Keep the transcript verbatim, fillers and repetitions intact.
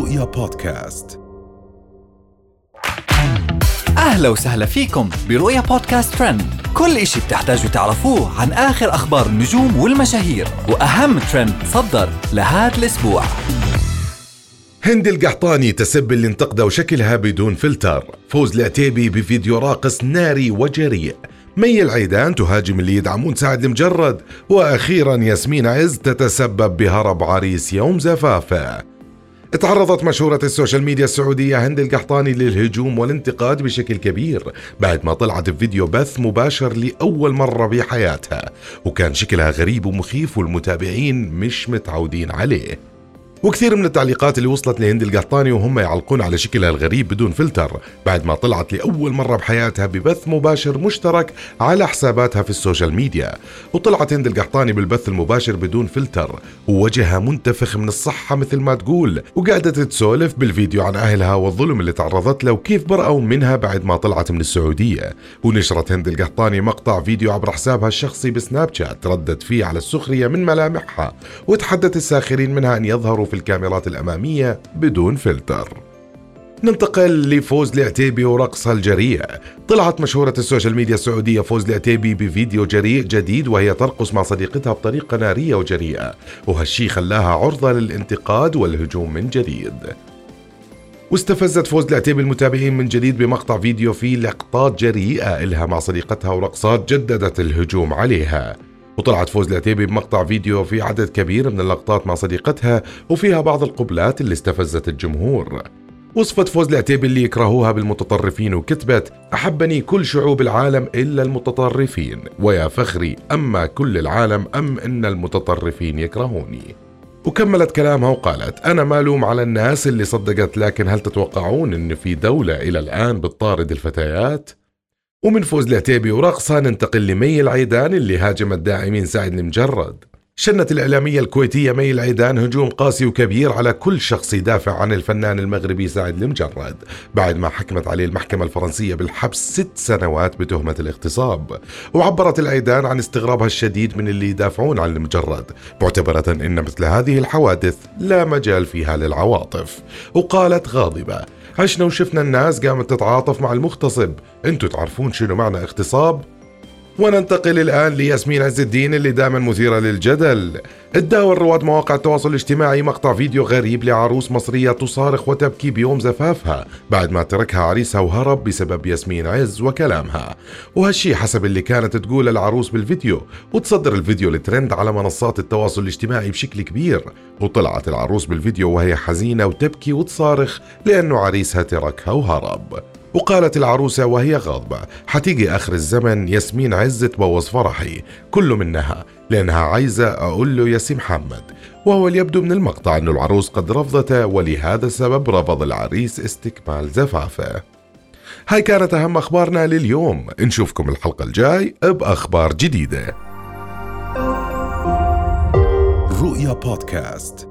رؤيا بودكاست. أهلا وسهلا فيكم برؤيا بودكاست ترند، كل إشي بتحتاجوا تعرفوه عن آخر أخبار النجوم والمشاهير وأهم ترند صدر لهذا الأسبوع. هند القحطاني تسب اللي انتقدوا شكلها بدون فلتر. فوز العتيبي بفيديو راقص ناري وجريء. مي العيدان تهاجم اللي يدعمون سعد المجرد. وأخيرا ياسمين عز تتسبب بهرب عريس يوم زفافه. تعرضت مشهورة السوشيال ميديا السعودية هند القحطاني للهجوم والانتقاد بشكل كبير بعد ما طلعت بفيديو بث مباشر لأول مرة بحياتها، وكان شكلها غريب ومخيف والمتابعين مش متعودين عليه. وكثير من التعليقات اللي وصلت لهند القحطاني وهم يعلقون على شكلها الغريب بدون فلتر بعد ما طلعت لأول مرة بحياتها ببث مباشر مشترك على حساباتها في السوشيال ميديا. وطلعت هند القحطاني بالبث المباشر بدون فلتر ووجهها منتفخ من الصحة مثل ما تقول، وقاعدة تسولف بالفيديو عن أهلها والظلم اللي تعرضت له وكيف برأوا منها بعد ما طلعت من السعودية. ونشرت هند القحطاني مقطع فيديو عبر حسابها الشخصي بسناب شات ردت فيه على السخرية من ملامحها، وتحدث الساخرين منها أن يظهروا في الكاميرات الأمامية بدون فلتر. ننتقل لفوز العتيبي ورقصها الجريء. طلعت مشهورة السوشيال ميديا السعودية فوز العتيبي بفيديو جريء جديد وهي ترقص مع صديقتها بطريقة نارية وجريئة، وهالشي خلاها عرضة للانتقاد والهجوم من جديد. واستفزت فوز العتيبي المتابعين من جديد بمقطع فيديو فيه لقطات جريئة إلها مع صديقتها ورقصات جددت الهجوم عليها. وطلعت فوز العتيبي بمقطع فيديو في عدد كبير من اللقطات مع صديقتها وفيها بعض القبلات اللي استفزت الجمهور. وصفت فوز العتيبي اللي يكرهوها بالمتطرفين وكتبت: أحبني كل شعوب العالم إلا المتطرفين، ويا فخري أما كل العالم أم إن المتطرفين يكرهوني. وكملت كلامها وقالت: أنا ما ألوم على الناس اللي صدقت، لكن هل تتوقعون إن في دولة إلى الآن بتطارد الفتيات؟ ومن فوز العتيبي ورقصها ننتقل لمي العيدان اللي هاجمت داعمين سعد المجرد. شنت الإعلامية الكويتية مي العيدان هجوم قاسي وكبير على كل شخص يدافع عن الفنان المغربي سعد المجرد بعد ما حكمت عليه المحكمة الفرنسية بالحبس ست سنوات بتهمة الاغتصاب. وعبرت العيدان عن استغرابها الشديد من اللي يدافعون عن المجرد، معتبرة إن مثل هذه الحوادث لا مجال فيها للعواطف. وقالت غاضبة: عشنا وشفنا الناس قامت تتعاطف مع المغتصب، انتوا تعرفون شنو معنى اغتصاب؟ وننتقل الآن لياسمين عز الدين اللي دائما مثيرة للجدل. تداول رواد مواقع التواصل الاجتماعي مقطع فيديو غريب لعروس مصرية تصارخ وتبكي بيوم زفافها بعد ما تركها عريسها وهرب بسبب ياسمين عز وكلامها. وهالشي حسب اللي كانت تقول العروس بالفيديو، وتصدر الفيديو لترند على منصات التواصل الاجتماعي بشكل كبير. وطلعت العروس بالفيديو وهي حزينة وتبكي وتصارخ لأنه عريسها تركها وهرب. وقالت العروسة وهي غاضبة: حتيجي آخر الزمن ياسمين عز تبوظ فرحي كله منها لأنها عايزة أقول له يا سي محمد. وهو اللي يبدو من المقطع أنه العروس قد رفضته، ولهذا السبب رفض العريس استكمال زفافه. هاي كانت أهم أخبارنا لليوم، نشوفكم الحلقة الجاي بأخبار جديدة. رؤيا بودكاست.